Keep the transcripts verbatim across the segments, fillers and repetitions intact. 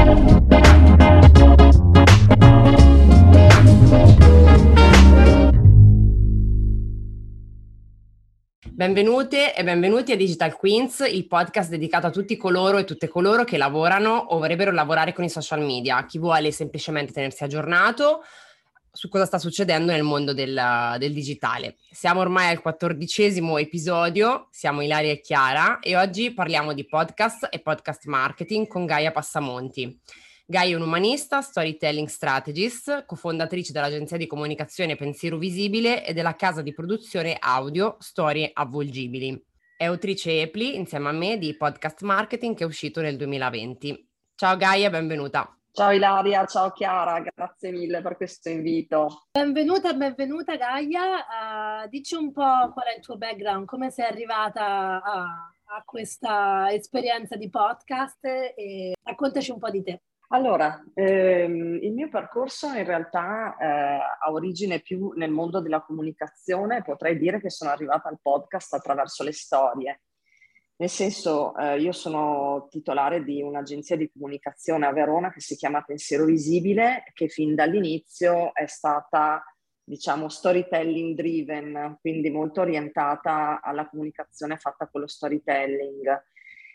Benvenute e benvenuti a Digital Queens, il podcast dedicato a tutti coloro e tutte coloro che lavorano o vorrebbero lavorare con i social media, chi vuole semplicemente tenersi aggiornato su cosa sta succedendo nel mondo del, del digitale. Siamo ormai al quattordicesimo episodio, siamo Ilaria e Chiara e oggi parliamo di podcast e podcast marketing con Gaia Passamonti. Gaia è un'umanista, storytelling strategist, cofondatrice dell'agenzia di comunicazione Pensiero Visibile e della casa di produzione audio Storie Avvolgibili. È autrice Epli, insieme a me, di Podcast Marketing che è uscito nel duemilaventi. Ciao Gaia, benvenuta. Ciao Ilaria, ciao Chiara, grazie mille per questo invito. Benvenuta, benvenuta Gaia. Uh, dici un po' qual è il tuo background, come sei arrivata a, a questa esperienza di podcast e raccontaci un po' di te. Allora, ehm, il mio percorso in realtà eh, ha origine più nel mondo della comunicazione. Potrei dire che sono arrivata al podcast attraverso le storie. Nel senso, eh, io sono titolare di un'agenzia di comunicazione a Verona che si chiama Pensiero Visibile, che fin dall'inizio è stata, diciamo, storytelling driven, quindi molto orientata alla comunicazione fatta con lo storytelling.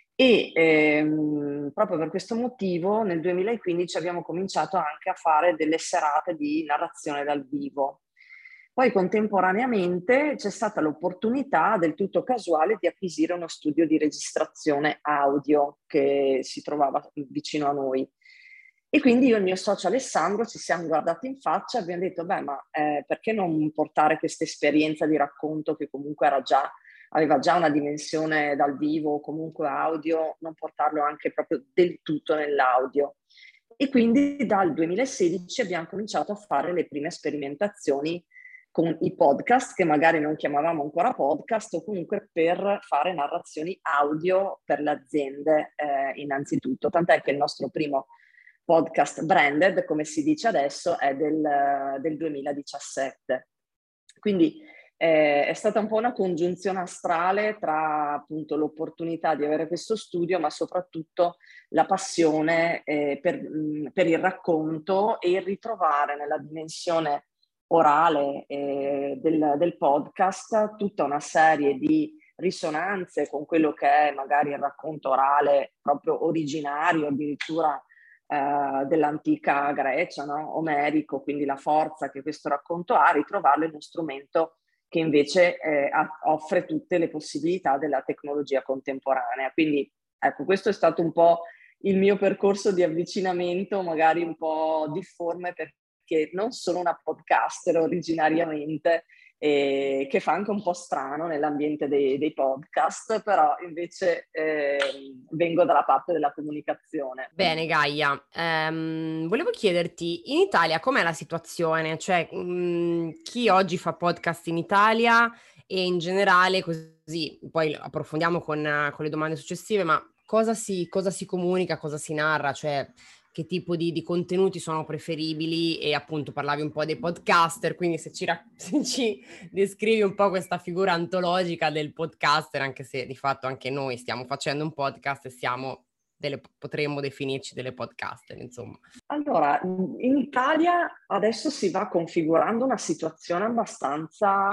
E ehm, proprio per questo motivo nel duemilaquindici abbiamo cominciato anche a fare delle serate di narrazione dal vivo. Poi contemporaneamente c'è stata l'opportunità del tutto casuale di acquisire uno studio di registrazione audio che si trovava vicino a noi. E quindi io e il mio socio Alessandro ci siamo guardati in faccia e abbiamo detto, beh, ma eh, perché non portare questa esperienza di racconto che comunque era già aveva già una dimensione dal vivo o comunque audio, non portarlo anche proprio del tutto nell'audio. E quindi dal duemilasedici abbiamo cominciato a fare le prime sperimentazioni con i podcast, che magari non chiamavamo ancora podcast, o comunque per fare narrazioni audio per le aziende eh, innanzitutto. Tant'è che il nostro primo podcast branded, come si dice adesso, è del, del duemiladiciassette. Quindi Eh, è stata un po' una congiunzione astrale tra appunto l'opportunità di avere questo studio, ma soprattutto la passione eh, per, mh, per il racconto e il ritrovare nella dimensione orale eh, del, del podcast tutta una serie di risonanze con quello che è magari il racconto orale proprio originario, addirittura eh, dell'antica Grecia, no? Omerico, quindi la forza che questo racconto ha, ritrovarlo in uno strumento che invece eh, offre tutte le possibilità della tecnologia contemporanea. Quindi ecco, questo è stato un po' il mio percorso di avvicinamento, magari un po' difforme perché non sono una podcaster originariamente, eh, che fa anche un po' strano nell'ambiente dei, dei podcast, però invece eh, vengo dalla parte della comunicazione. Bene Gaia, ehm, volevo chiederti, in Italia com'è la situazione? Cioè, mh, chi oggi fa podcast in Italia e in generale, così poi approfondiamo con, con le domande successive, ma cosa si, cosa si comunica, cosa si narra? Cioè, che tipo di, di contenuti sono preferibili? E appunto parlavi un po' dei podcaster, quindi se ci, se ci descrivi un po' questa figura antologica del podcaster, anche se di fatto anche noi stiamo facendo un podcast e siamo delle, potremmo definirci delle podcaster, insomma. Allora, in Italia adesso si va configurando una situazione abbastanza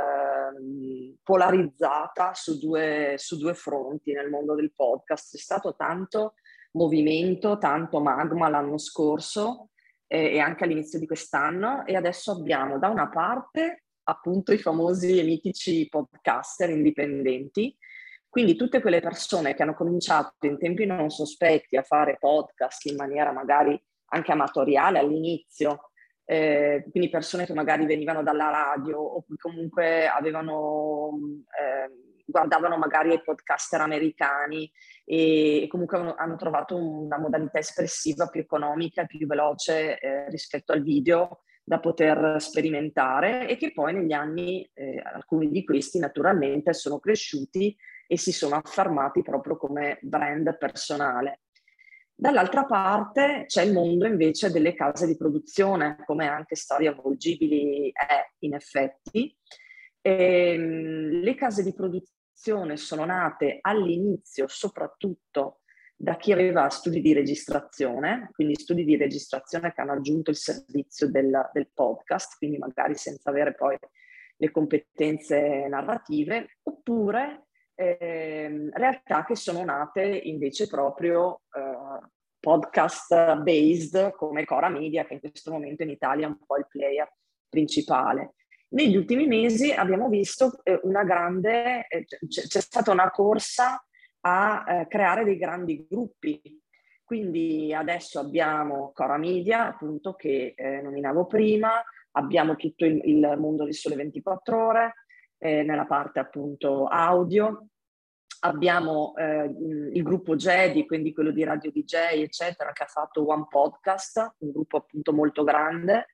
eh, polarizzata su due, su due fronti nel mondo del podcast. C'è stato tanto movimento, tanto magma l'anno scorso eh, e anche all'inizio di quest'anno, e adesso abbiamo da una parte appunto i famosi e mitici podcaster indipendenti. Quindi tutte quelle persone che hanno cominciato in tempi non sospetti a fare podcast in maniera magari anche amatoriale all'inizio, eh, quindi persone che magari venivano dalla radio o comunque avevano, eh, guardavano magari i podcaster americani e, e comunque hanno, hanno trovato una modalità espressiva più economica e più veloce eh, rispetto al video da poter sperimentare, e che poi negli anni eh, alcuni di questi naturalmente sono cresciuti e si sono affermati proprio come brand personale. Dall'altra parte c'è il mondo invece delle case di produzione, come anche Storie Avvolgibili è in effetti. E, le case di produzione sono nate all'inizio soprattutto da chi aveva studi di registrazione, quindi studi di registrazione che hanno aggiunto il servizio del, del podcast, quindi magari senza avere poi le competenze narrative, oppure eh, realtà che sono nate invece proprio eh, podcast based come Cora Media, che in questo momento in Italia è un po' il player principale. Negli ultimi mesi abbiamo visto eh, una grande, eh, c- c'è stata una corsa a eh, creare dei grandi gruppi. Quindi adesso abbiamo Cora Media, appunto, che eh, nominavo prima, abbiamo tutto il, il mondo del Sole ventiquattro Ore, eh, nella parte appunto audio, abbiamo eh, il gruppo Jedi, quindi quello di Radio D J, eccetera, che ha fatto One Podcast, un gruppo appunto molto grande,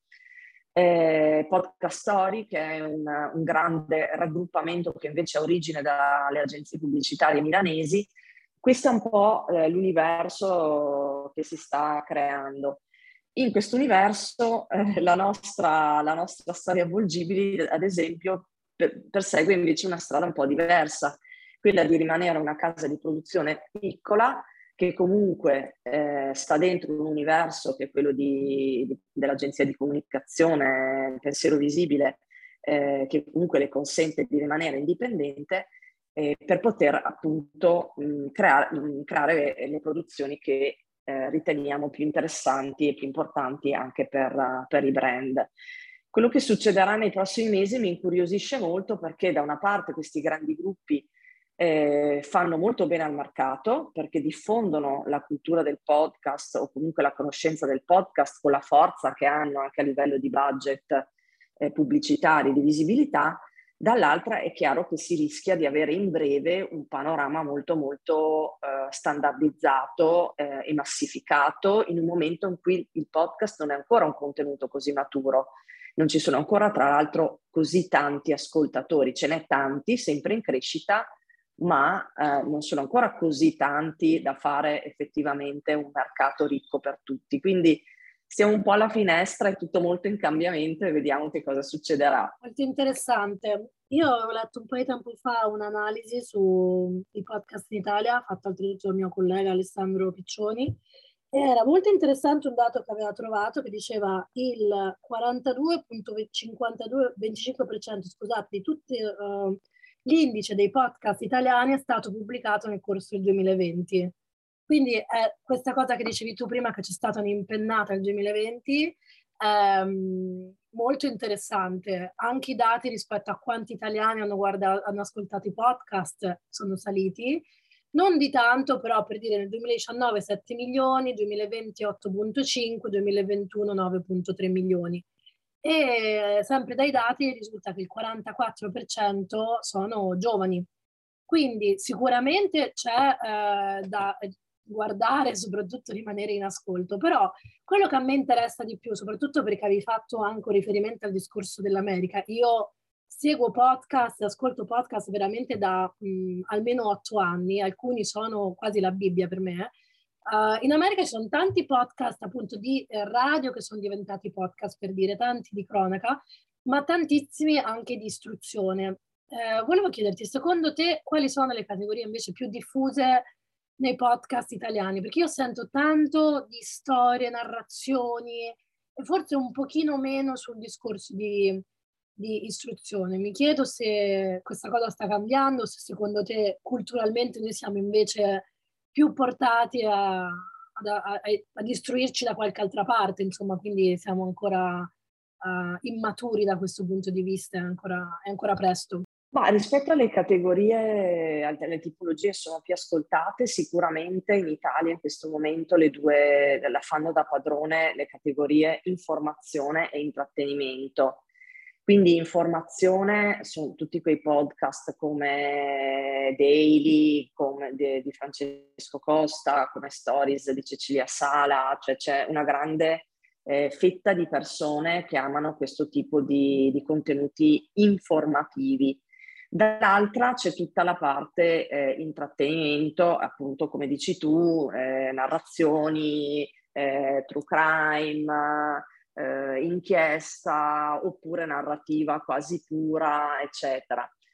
eh, Podcast Story, che è un, un grande raggruppamento che invece ha origine dalle agenzie pubblicitarie milanesi. Questo è un po' eh, l'universo che si sta creando. In questo universo eh, la, nostra, la nostra storia avvolgibili, ad esempio, per, persegue invece una strada un po' diversa, quella di rimanere una casa di produzione piccola, che comunque eh, sta dentro un universo che è quello di, di, dell'agenzia di comunicazione Pensiero Visibile, eh, che comunque le consente di rimanere indipendente, eh, per poter appunto mh, creare, mh, creare le, le produzioni che eh, riteniamo più interessanti e più importanti anche per, uh, per i brand. Quello che succederà nei prossimi mesi mi incuriosisce molto, perché da una parte questi grandi gruppi Eh, fanno molto bene al mercato, perché diffondono la cultura del podcast o comunque la conoscenza del podcast con la forza che hanno anche a livello di budget eh, pubblicitari, di visibilità. Dall'altra è chiaro che si rischia di avere in breve un panorama molto molto eh, standardizzato eh, e massificato, in un momento in cui il podcast non è ancora un contenuto così maturo. Non ci sono ancora, tra l'altro, così tanti ascoltatori, ce n'è tanti, sempre in crescita, ma eh, non sono ancora così tanti da fare effettivamente un mercato ricco per tutti. Quindi siamo un po' alla finestra, è tutto molto in cambiamento e vediamo che cosa succederà. Molto interessante. Io ho letto un po' di tempo fa un'analisi sui podcast in Italia, fatta oltretutto dal mio collega Alessandro Piccioni. Era molto interessante un dato che aveva trovato, che diceva il quarantadue virgola cinquantadue venticinque per cento, scusate, di tutti uh, l'indice dei podcast italiani è stato pubblicato nel corso del duemilaventi. Quindi è questa cosa che dicevi tu prima, che c'è stata un'impennata nel duemilaventi, ehm, molto interessante. Anche i dati rispetto a quanti italiani hanno, guardato, hanno ascoltato i podcast sono saliti. Non di tanto, però, per dire, nel duemiladiciannove sette milioni, duemilaventi otto virgola cinque, duemilaventuno nove virgola tre milioni. E sempre dai dati risulta che il quarantaquattro per cento sono giovani. Quindi sicuramente c'è eh, da guardare e soprattutto rimanere in ascolto, però quello che a me interessa di più, soprattutto perché avevi fatto anche un riferimento al discorso dell'America, io seguo podcast, ascolto podcast veramente da mh, almeno otto anni, alcuni sono quasi la Bibbia per me. Uh, in America ci sono tanti podcast appunto di eh, radio che sono diventati podcast, per dire, tanti di cronaca, ma tantissimi anche di istruzione. Eh, volevo chiederti, secondo te, quali sono le categorie invece più diffuse nei podcast italiani? Perché io sento tanto di storie, narrazioni e forse un pochino meno sul discorso di, di istruzione. Mi chiedo se questa cosa sta cambiando, se secondo te culturalmente noi siamo invece più portati a, ad, a, ad istruirci da qualche altra parte, insomma, quindi siamo ancora uh, immaturi da questo punto di vista, è ancora, è ancora presto. Ma rispetto alle categorie, alle tipologie sono più ascoltate, sicuramente in Italia in questo momento le due la fanno da padrone le categorie informazione e intrattenimento. Quindi informazione sono tutti quei podcast come Daily, come de, di Francesco Costa, come Stories di Cecilia Sala, cioè c'è una grande eh, fetta di persone che amano questo tipo di, di contenuti informativi. Dall'altra c'è tutta la parte eh, intrattenimento, appunto come dici tu, eh, narrazioni, eh, true crime, eh, inchiesta oppure narrativa quasi pura, eccetera.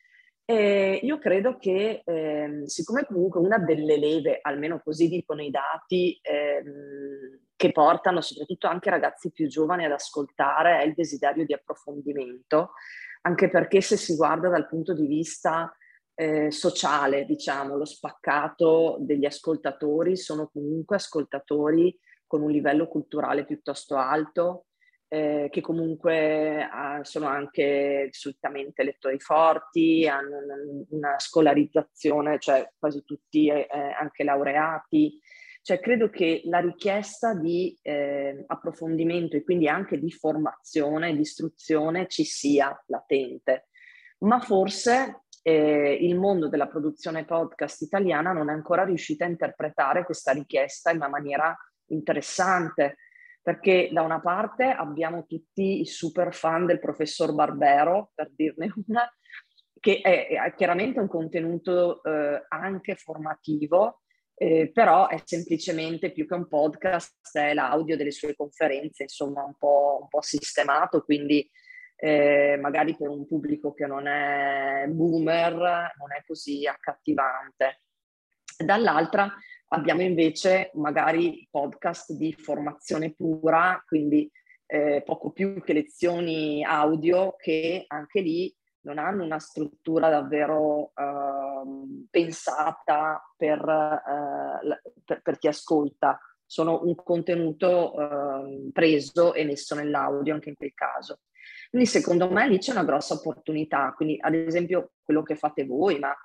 E io credo che, eh, siccome comunque una delle leve, almeno così dicono i dati, ehm, che portano soprattutto anche ragazzi più giovani ad ascoltare è il desiderio di approfondimento, anche perché se si guarda dal punto di vista eh, sociale, diciamo, lo spaccato degli ascoltatori sono comunque ascoltatori con un livello culturale piuttosto alto, eh, che comunque ah, sono anche solitamente lettori forti, hanno una, una scolarizzazione, cioè quasi tutti eh, anche laureati. Cioè credo che la richiesta di eh, approfondimento e quindi anche di formazione, di istruzione ci sia latente, ma forse eh, il mondo della produzione podcast italiana non è ancora riuscito a interpretare questa richiesta in una maniera interessante, perché da una parte abbiamo tutti i super fan del professor Barbero, per dirne una, che è, è chiaramente un contenuto eh, anche formativo, eh, però è semplicemente più che un podcast, è l'audio delle sue conferenze, insomma un po', un po' sistemato, quindi eh, magari per un pubblico che non è boomer non è così accattivante. Dall'altra abbiamo invece magari podcast di formazione pura, quindi eh, poco più che lezioni audio, che anche lì non hanno una struttura davvero eh, pensata per, eh, per, per chi ascolta, sono un contenuto eh, preso e messo nell'audio anche in quel caso. Quindi secondo me lì c'è una grossa opportunità, quindi ad esempio quello che fate voi, ma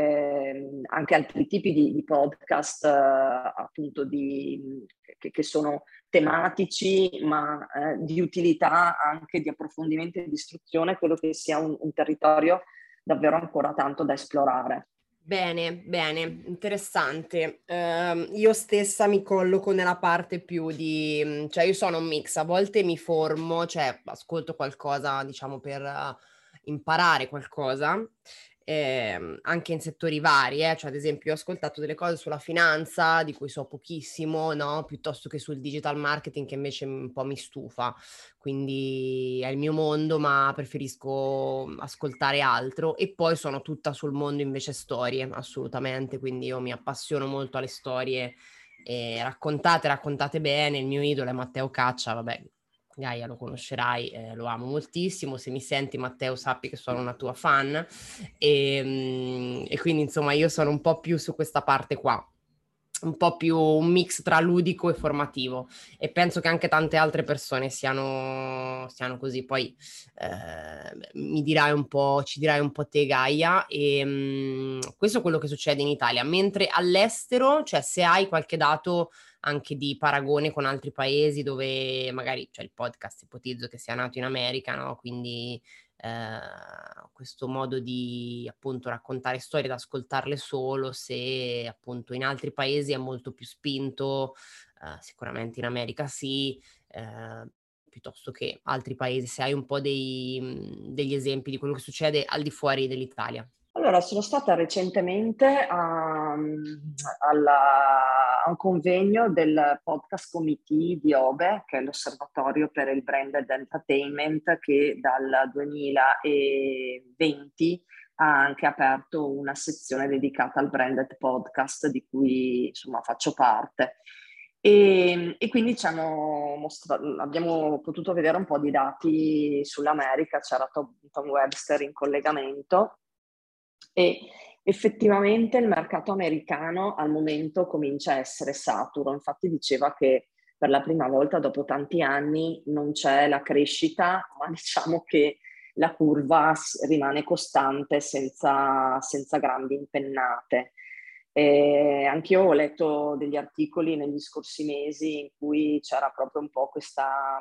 eh, anche altri tipi di, di podcast eh, appunto di, che, che sono tematici ma eh, di utilità anche di approfondimento e di istruzione, quello che sia un, un territorio davvero ancora tanto da esplorare. Bene, bene, interessante. Uh, io stessa mi colloco nella parte più di, cioè io sono un mix, a volte mi formo, cioè ascolto qualcosa, diciamo, per uh, imparare qualcosa, eh, anche in settori vari, eh? Cioè ad esempio ho ascoltato delle cose sulla finanza, di cui so pochissimo, no? Piuttosto che sul digital marketing, che invece un po' mi stufa, quindi è il mio mondo, ma preferisco ascoltare altro. E poi sono tutta sul mondo invece storie, assolutamente, quindi io mi appassiono molto alle storie eh, raccontate, raccontate bene. Il mio idolo è Matteo Caccia, vabbè, Gaia lo conoscerai, eh, lo amo moltissimo. Se mi senti, Matteo, sappi che sono una tua fan e, e quindi insomma io sono un po' più su questa parte qua, un po' più un mix tra ludico e formativo, e penso che anche tante altre persone siano, siano così. Poi eh, mi dirai un po', ci dirai un po' te, Gaia, e mh, questo è quello che succede in Italia, mentre all'estero, cioè se hai qualche dato anche di paragone con altri paesi dove magari, cioè il podcast ipotizzo che sia nato in America, no? Quindi eh, questo modo di appunto raccontare storie, da ascoltarle solo, se appunto in altri paesi è molto più spinto, eh, sicuramente in America sì, eh, piuttosto che altri paesi, se hai un po' dei, degli esempi di quello che succede al di fuori dell'Italia. Allora, sono stata recentemente a, alla, a un convegno del Podcast Committee di O B E, che è l'osservatorio per il branded entertainment, che dal duemilaventi ha anche aperto una sezione dedicata al branded podcast, di cui insomma faccio parte. E, e quindi ci hanno mostrato, abbiamo potuto vedere un po' di dati sull'America, c'era Tom, Tom Webster in collegamento. E effettivamente il mercato americano al momento comincia a essere saturo, infatti diceva che per la prima volta dopo tanti anni non c'è la crescita, ma diciamo che la curva rimane costante senza, senza grandi impennate. E anch'io ho letto degli articoli negli scorsi mesi in cui c'era proprio un po' questa...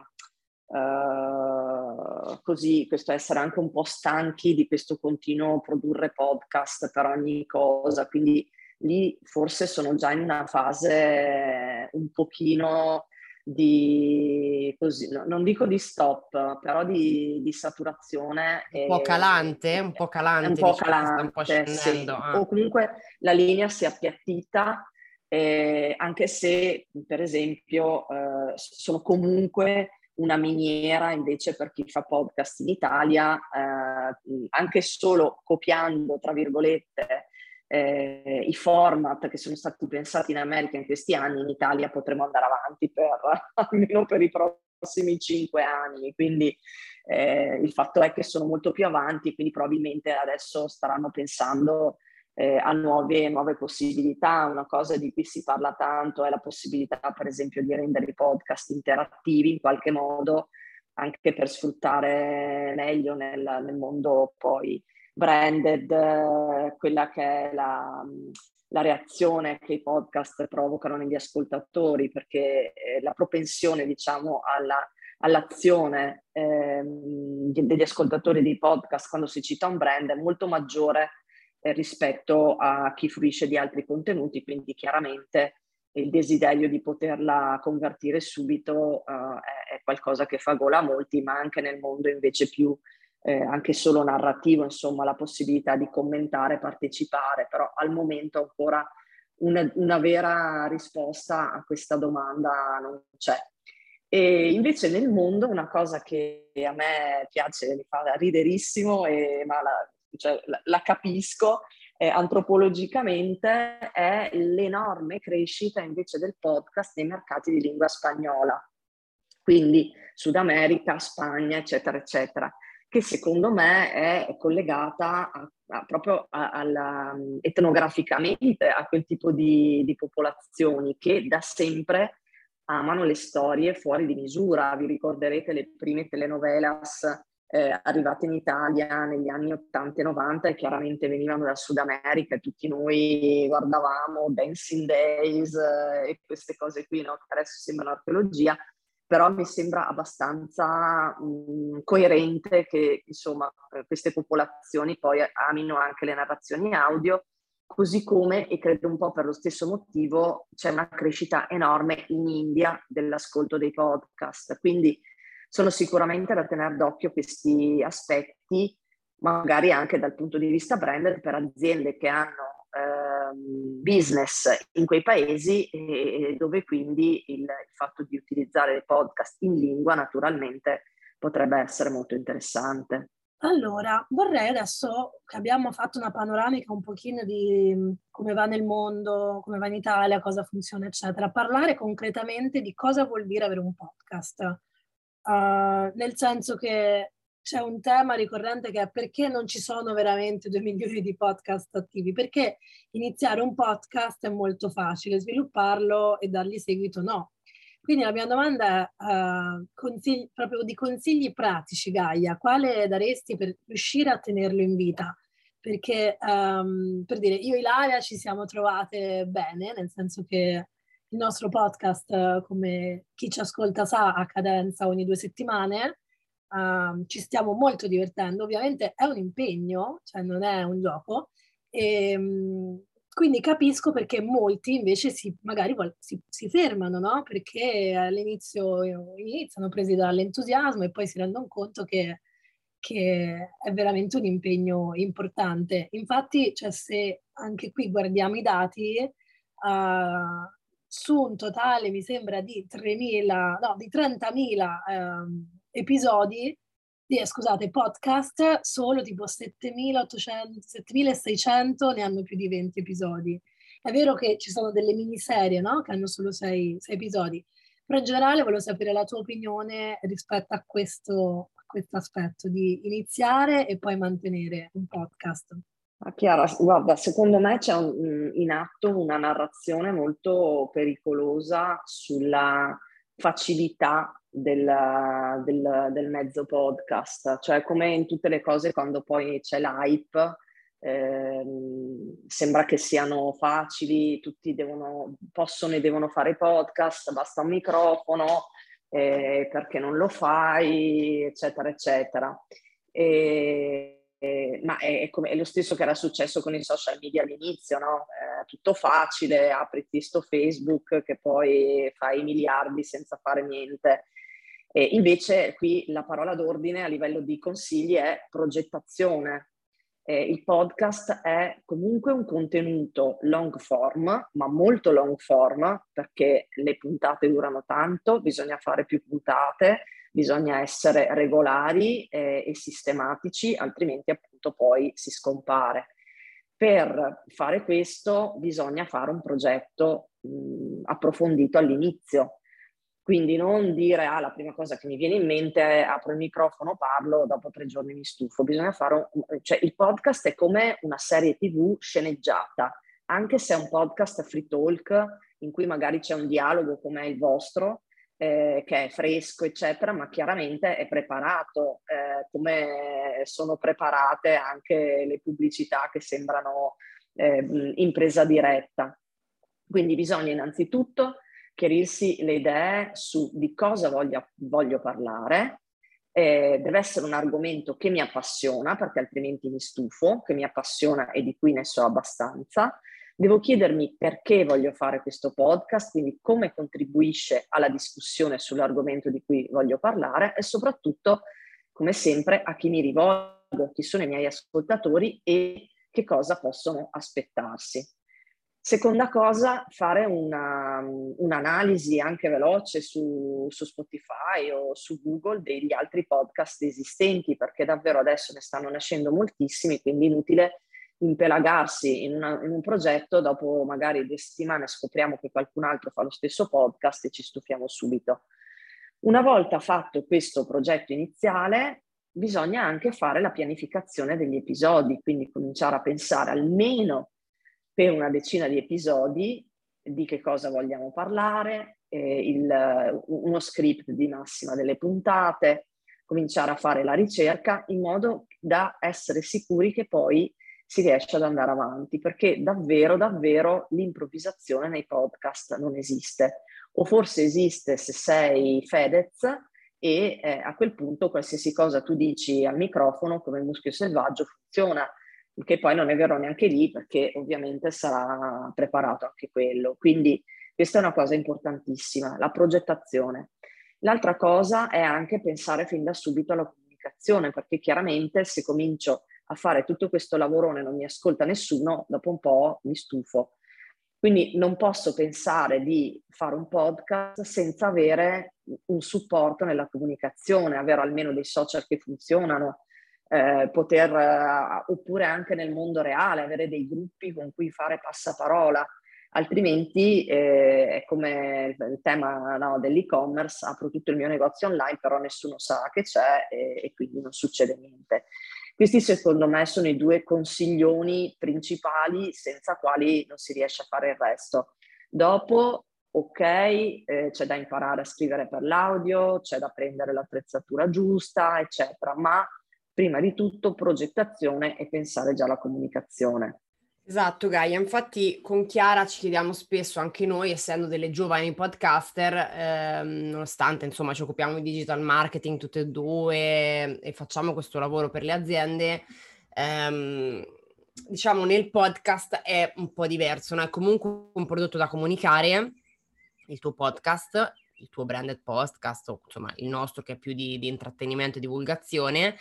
Uh, così, questo essere anche un po' stanchi di questo continuo produrre podcast per ogni cosa, quindi lì forse sono già in una fase un pochino di, così, no, non dico di stop, però di, di saturazione. Un po' calante, un po' calante, un po' diciamo che sta un po' calante, scendendo. sì. Ah. O comunque la linea si è appiattita, eh, anche se per esempio eh, sono comunque una miniera invece per chi fa podcast in Italia, eh, eh, anche solo copiando, tra virgolette, eh, i format che sono stati pensati in America in questi anni, in Italia potremo andare avanti per almeno per i prossimi cinque anni. Quindi eh, il fatto è che sono molto più avanti, quindi probabilmente adesso staranno pensando Eh, a nuove, nuove possibilità. Una cosa di cui si parla tanto è la possibilità, per esempio, di rendere i podcast interattivi in qualche modo, anche per sfruttare meglio nel, nel mondo poi branded, eh, quella che è la, la reazione che i podcast provocano negli ascoltatori, perché eh, la propensione, diciamo, alla, all'azione eh, degli ascoltatori dei podcast quando si cita un brand è molto maggiore rispetto a chi fruisce di altri contenuti, quindi chiaramente il desiderio di poterla convertire subito uh, è, è qualcosa che fa gola a molti, ma anche nel mondo invece più eh, anche solo narrativo, insomma, la possibilità di commentare, partecipare, però al momento ancora una, una vera risposta a questa domanda non c'è. E invece nel mondo una cosa che a me piace, mi fa riderissimo, e, ma la, cioè, la, la capisco eh, antropologicamente, è l'enorme crescita invece del podcast nei mercati di lingua spagnola, quindi Sud America, Spagna, eccetera, eccetera, che secondo me è collegata a, a, proprio a, alla, etnograficamente a quel tipo di, di popolazioni che da sempre amano le storie fuori di misura. Vi ricorderete le prime telenovelas eh, arrivate in Italia negli anni ottanta e novanta, e chiaramente venivano dal Sud America, e tutti noi guardavamo Dancing Days eh, e queste cose qui, no? Che adesso sembrano archeologia, però mi sembra abbastanza mh, coerente che insomma queste popolazioni poi amino anche le narrazioni audio, così come, e credo un po' per lo stesso motivo, c'è una crescita enorme in India dell'ascolto dei podcast. Quindi sono sicuramente da tenere d'occhio questi aspetti, magari anche dal punto di vista brand, per aziende che hanno ehm, business in quei paesi, e dove quindi il, il fatto di utilizzare i podcast in lingua naturalmente potrebbe essere molto interessante. Allora, vorrei adesso che abbiamo fatto una panoramica un pochino di come va nel mondo, come va in Italia, cosa funziona, eccetera, parlare concretamente di cosa vuol dire avere un podcast. Uh, nel senso che c'è un tema ricorrente che è: perché non ci sono veramente due milioni di podcast attivi? Perché iniziare un podcast è molto facile, svilupparlo e dargli seguito no. Quindi la mia domanda è uh, consigli, proprio di consigli pratici, Gaia, quale daresti per riuscire a tenerlo in vita? Perché um, per dire, io e Ilaria ci siamo trovate bene, nel senso che il nostro podcast, come chi ci ascolta sa, a cadenza ogni due settimane, uh, ci stiamo molto divertendo. Ovviamente è un impegno, cioè non è un gioco, e um, quindi capisco perché molti invece si, magari si, si fermano, no? Perché all'inizio iniziano presi dall'entusiasmo e poi si rendono conto che, che è veramente un impegno importante. Infatti, cioè, se anche qui guardiamo i dati, uh, su un totale, mi sembra, di tremila, no, di trentamila ehm, episodi, di, scusate, podcast, solo tipo settemilaottocento, settemilaseicento ne hanno più di venti episodi. È vero che ci sono delle miniserie, no? Che hanno solo sei episodi, però in generale volevo sapere la tua opinione rispetto a questo, a questo aspetto di iniziare e poi mantenere un podcast. Ah, Chiara, guarda, secondo me c'è un, in atto una narrazione molto pericolosa sulla facilità del, del, del mezzo podcast, cioè come in tutte le cose quando poi c'è l'hype, ehm, sembra che siano facili, tutti devono, possono e devono fare podcast, basta un microfono, eh, perché non lo fai, eccetera, eccetera. E, Eh, ma è, è, come, è lo stesso che era successo con i social media all'inizio, no? È tutto facile, apriti sto Facebook che poi fai miliardi senza fare niente. E invece qui la parola d'ordine a livello di consigli è progettazione. Eh, il podcast è comunque un contenuto long form, ma molto long form, perché le puntate durano tanto, bisogna fare più puntate, bisogna essere regolari eh, e sistematici, altrimenti appunto poi si scompare. Per fare questo bisogna fare un progetto mh, approfondito all'inizio, quindi non dire ah, la prima cosa che mi viene in mente è apro il microfono, parlo, dopo tre giorni mi stufo. Bisogna fare un, cioè il podcast è come una serie tivù sceneggiata, anche se è un podcast free talk in cui magari c'è un dialogo come è il vostro, eh, che è fresco eccetera, ma chiaramente è preparato, eh, come sono preparate anche le pubblicità che sembrano eh, in presa diretta. Quindi bisogna innanzitutto chiarirsi le idee su di cosa voglio, voglio parlare. Eh, deve essere un argomento che mi appassiona, perché altrimenti mi stufo, che mi appassiona e di cui ne so abbastanza. Devo chiedermi perché voglio fare questo podcast, quindi come contribuisce alla discussione sull'argomento di cui voglio parlare e soprattutto, come sempre, a chi mi rivolgo, chi sono i miei ascoltatori e che cosa possono aspettarsi. Seconda cosa, fare una, un'analisi anche veloce su, su Spotify o su Google degli altri podcast esistenti, perché davvero adesso ne stanno nascendo moltissimi, quindi è inutile impelagarsi in, una, in un progetto, dopo magari due settimane scopriamo che qualcun altro fa lo stesso podcast e ci stufiamo subito. Una volta fatto questo progetto iniziale, bisogna anche fare la pianificazione degli episodi, quindi cominciare a pensare almeno per una decina di episodi di che cosa vogliamo parlare, eh, il, uno script di massima delle puntate, cominciare a fare la ricerca in modo da essere sicuri che poi si riesce ad andare avanti, perché davvero, davvero l'improvvisazione nei podcast non esiste, o forse esiste se sei Fedez e eh, a quel punto qualsiasi cosa tu dici al microfono come il muschio selvaggio funziona, che poi non è vero neanche lì, perché ovviamente sarà preparato anche quello. Quindi questa è una cosa importantissima, la progettazione. L'altra cosa è anche pensare fin da subito alla comunicazione, perché chiaramente se comincio a fare tutto questo lavorone e non mi ascolta nessuno, dopo un po' mi stufo. Quindi non posso pensare di fare un podcast senza avere un supporto nella comunicazione, avere almeno dei social che funzionano, eh, poter, eh, oppure anche nel mondo reale, avere dei gruppi con cui fare passaparola. Altrimenti eh, è come il tema no, dell'e-commerce, apro tutto il mio negozio online, però nessuno sa che c'è e, e quindi non succede niente. Questi secondo me sono i due consiglioni principali senza quali non si riesce a fare il resto. Dopo, ok, eh, c'è da imparare a scrivere per l'audio, c'è da prendere l'attrezzatura giusta, eccetera, ma prima di tutto progettazione e pensare già alla comunicazione. Esatto, Gaia. Infatti con Chiara ci chiediamo spesso, anche noi, essendo delle giovani podcaster, ehm, nonostante insomma ci occupiamo di digital marketing tutte e due e facciamo questo lavoro per le aziende, ehm, diciamo nel podcast è un po' diverso, no? È comunque un prodotto da comunicare, il tuo podcast, il tuo branded podcast, o insomma il nostro che è più di, di intrattenimento e divulgazione,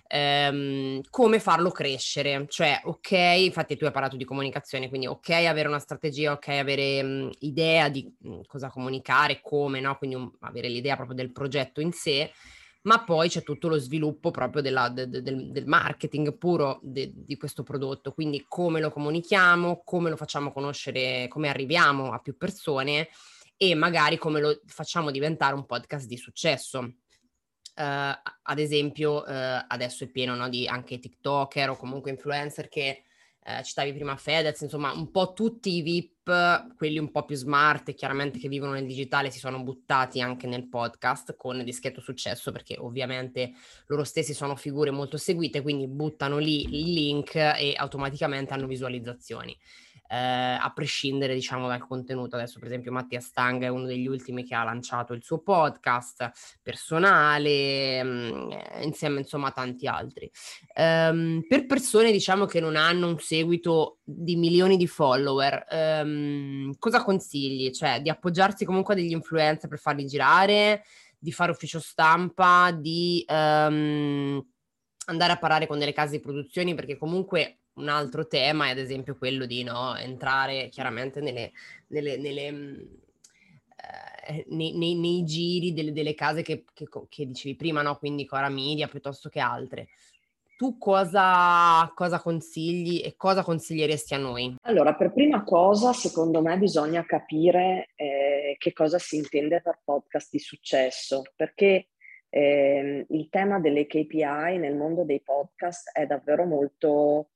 ehm, come farlo crescere, cioè ok, infatti tu hai parlato di comunicazione, quindi ok avere una strategia, ok avere mh, idea di mh, cosa comunicare, come, no? Quindi um, avere l'idea proprio del progetto in sé, ma poi c'è tutto lo sviluppo proprio della, de, de, del, del marketing puro de, di questo prodotto, quindi come lo comunichiamo, come lo facciamo conoscere, come arriviamo a più persone e magari come lo facciamo diventare un podcast di successo. Uh, ad esempio uh, adesso è pieno, no, di anche TikToker o comunque influencer che uh, citavi prima Fedez, insomma un po' tutti i V I P, quelli un po' più smart e chiaramente che vivono nel digitale si sono buttati anche nel podcast con discreto successo, perché ovviamente loro stessi sono figure molto seguite, quindi buttano lì il link e automaticamente hanno visualizzazioni. Eh, a prescindere diciamo dal contenuto. Adesso per esempio Mattia Stanga è uno degli ultimi che ha lanciato il suo podcast personale, mh, insieme insomma a tanti altri. Um, per persone diciamo che non hanno un seguito di milioni di follower, um, cosa consigli? Cioè di appoggiarsi comunque a degli influencer per farli girare, di fare ufficio stampa, di um, andare a parlare con delle case di produzioni, perché comunque un altro tema è ad esempio quello di no, entrare chiaramente nelle, nelle, nelle, eh, nei, nei, nei giri delle, delle case che, che, che dicevi prima, no? Quindi Cora Media piuttosto che altre. Tu cosa, cosa consigli e cosa consiglieresti a noi? Allora, per prima cosa, secondo me bisogna capire eh, che cosa si intende per podcast di successo, perché eh, il tema delle K P I nel mondo dei podcast è davvero molto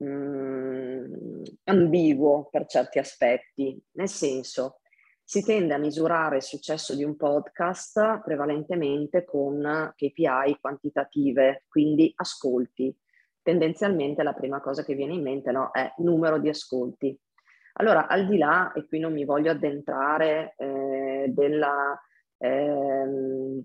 mh, ambiguo per certi aspetti, nel senso, si tende a misurare il successo di un podcast prevalentemente con K P I quantitative, quindi ascolti. Tendenzialmente la prima cosa che viene in mente, no, è numero di ascolti. Allora, al di là, e qui non mi voglio addentrare eh, della ehm,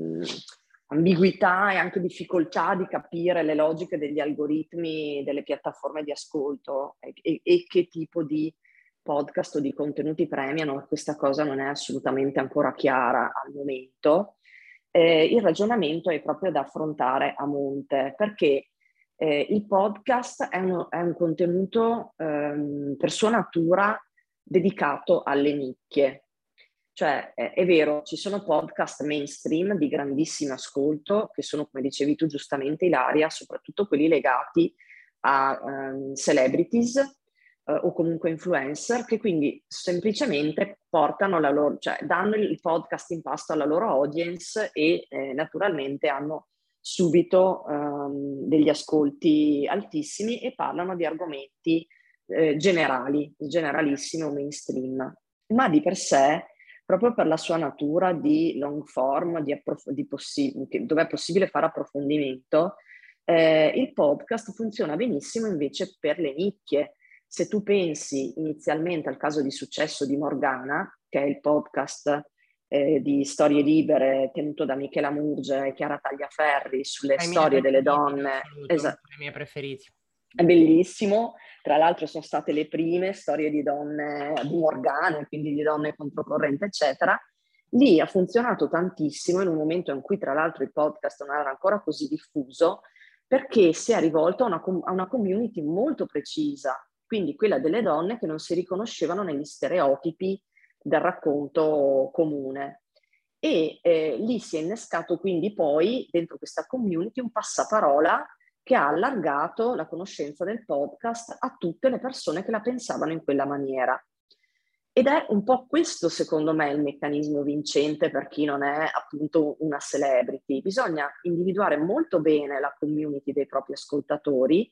ambiguità e anche difficoltà di capire le logiche degli algoritmi delle piattaforme di ascolto e, e, e che tipo di podcast o di contenuti premiano, questa cosa non è assolutamente ancora chiara al momento. Eh, il ragionamento è proprio da affrontare a monte, perché Eh, il podcast è, uno, è un contenuto ehm, per sua natura dedicato alle nicchie. Cioè, eh, è vero, ci sono podcast mainstream di grandissimo ascolto, che sono, come dicevi tu giustamente, Ilaria, soprattutto quelli legati a um, celebrities eh, o comunque influencer, che quindi semplicemente portano la loro, cioè danno il podcast in pasto alla loro audience e eh, naturalmente hanno subito um, degli ascolti altissimi e parlano di argomenti eh, generali, generalissimi o mainstream, ma di per sé, proprio per la sua natura di long form, di approf- di possi- dove è possibile fare approfondimento, eh, il podcast funziona benissimo invece per le nicchie. Se tu pensi inizialmente al caso di successo di Morgana, che è il podcast Eh, di storie libere tenuto da Michela Murgia e Chiara Tagliaferri sulle Ai miei storie delle donne. Esatto, i miei preferiti. È bellissimo, tra l'altro sono state le prime storie di donne, di Morgane, quindi di donne controcorrente, eccetera. Lì ha funzionato tantissimo in un momento in cui tra l'altro il podcast non era ancora così diffuso, perché si è rivolto a una, a una community molto precisa, quindi quella delle donne che non si riconoscevano negli stereotipi del racconto comune. E eh, lì si è innescato quindi poi dentro questa community un passaparola che ha allargato la conoscenza del podcast a tutte le persone che la pensavano in quella maniera. Ed è un po' questo, secondo me, il meccanismo vincente per chi non è appunto una celebrity. Bisogna individuare molto bene la community dei propri ascoltatori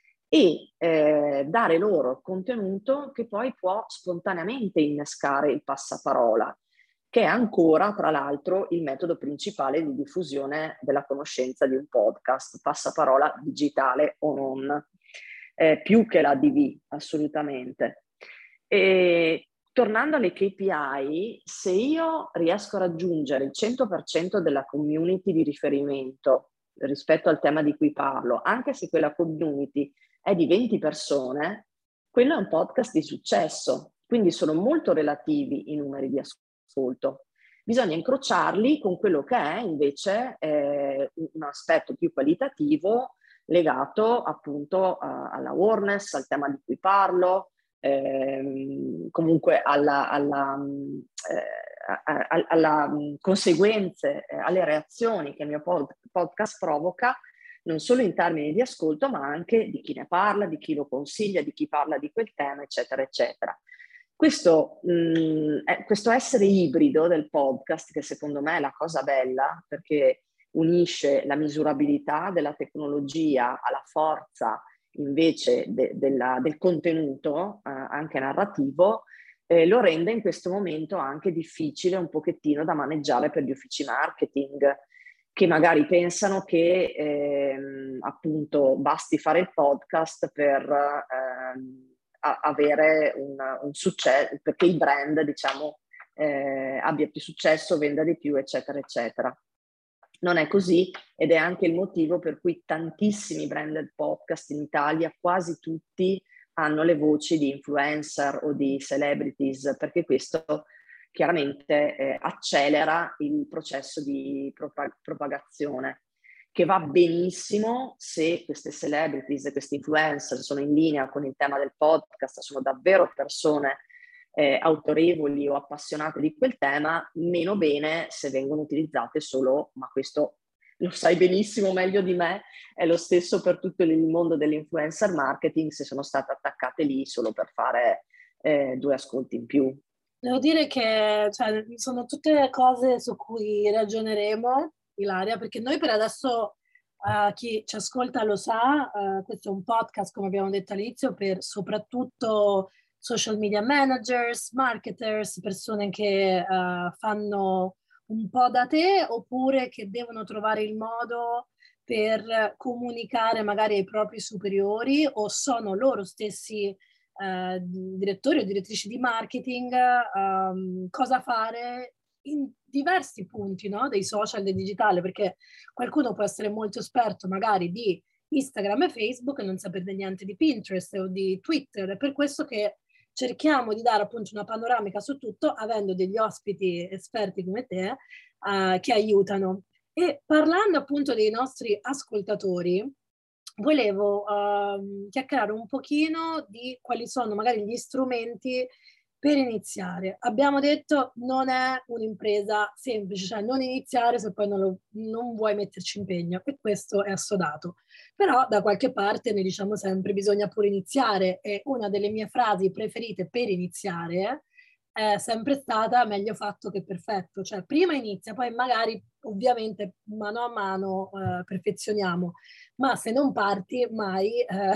e eh, dare loro contenuto che poi può spontaneamente innescare il passaparola, che è ancora, tra l'altro, il metodo principale di diffusione della conoscenza di un podcast, passaparola digitale o non, eh, più che la D V, assolutamente. E tornando alle K P I, se io riesco a raggiungere il cento per cento della community di riferimento rispetto al tema di cui parlo, anche se quella community è di venti persone, quello è un podcast di successo, quindi sono molto relativi i numeri di ascolto. Bisogna incrociarli con quello che è invece eh, un aspetto più qualitativo legato appunto a, alla awareness, al tema di cui parlo, ehm, comunque alla, alla, eh, a, a, alla conseguenze, eh, alle reazioni che il mio pod, podcast provoca, non solo in termini di ascolto, ma anche di chi ne parla, di chi lo consiglia, di chi parla di quel tema, eccetera, eccetera. Questo, mh, è, questo essere ibrido del podcast, che secondo me è la cosa bella, perché unisce la misurabilità della tecnologia alla forza invece de, della, del contenuto, eh, anche narrativo, eh, lo rende in questo momento anche difficile un pochettino da maneggiare per gli uffici marketing, che magari pensano che ehm, appunto basti fare il podcast per ehm, a, avere un, un successo, perché il brand, diciamo, eh, abbia più successo, venda di più, eccetera, eccetera. Non è così ed è anche il motivo per cui tantissimi branded podcast in Italia, quasi tutti, hanno le voci di influencer o di celebrities, perché questo chiaramente eh, accelera il processo di propag- propagazione, che va benissimo se queste celebrities e questi influencer sono in linea con il tema del podcast, sono davvero persone eh, autorevoli o appassionate di quel tema, meno bene se vengono utilizzate solo, ma questo lo sai benissimo meglio di me, è lo stesso per tutto il mondo dell'influencer marketing, se sono state attaccate lì solo per fare eh, due ascolti in più. Devo dire che cioè, sono tutte cose su cui ragioneremo, Ilaria, perché noi per adesso, uh, chi ci ascolta lo sa, uh, questo è un podcast, come abbiamo detto all'inizio, per soprattutto social media managers, marketers, persone che uh, fanno un po' da te oppure che devono trovare il modo per comunicare magari ai propri superiori o sono loro stessi Uh, direttori o direttrici di marketing, um, cosa fare in diversi punti, no? Dei social, del digitale, perché qualcuno può essere molto esperto magari di Instagram e Facebook e non sapere niente di Pinterest o di Twitter. È per questo che cerchiamo di dare appunto una panoramica su tutto, avendo degli ospiti esperti come te uh, che aiutano. E parlando appunto dei nostri ascoltatori, volevo uh, chiacchierare un pochino di quali sono magari gli strumenti per iniziare. Abbiamo detto non è un'impresa semplice, cioè non iniziare se poi non, lo, non vuoi metterci impegno, e questo è assodato. Però da qualche parte noi diciamo sempre bisogna pure iniziare, e una delle mie frasi preferite per iniziare è sempre stata meglio fatto che perfetto, cioè prima inizia, poi magari ovviamente mano a mano eh, perfezioniamo, ma se non parti mai eh,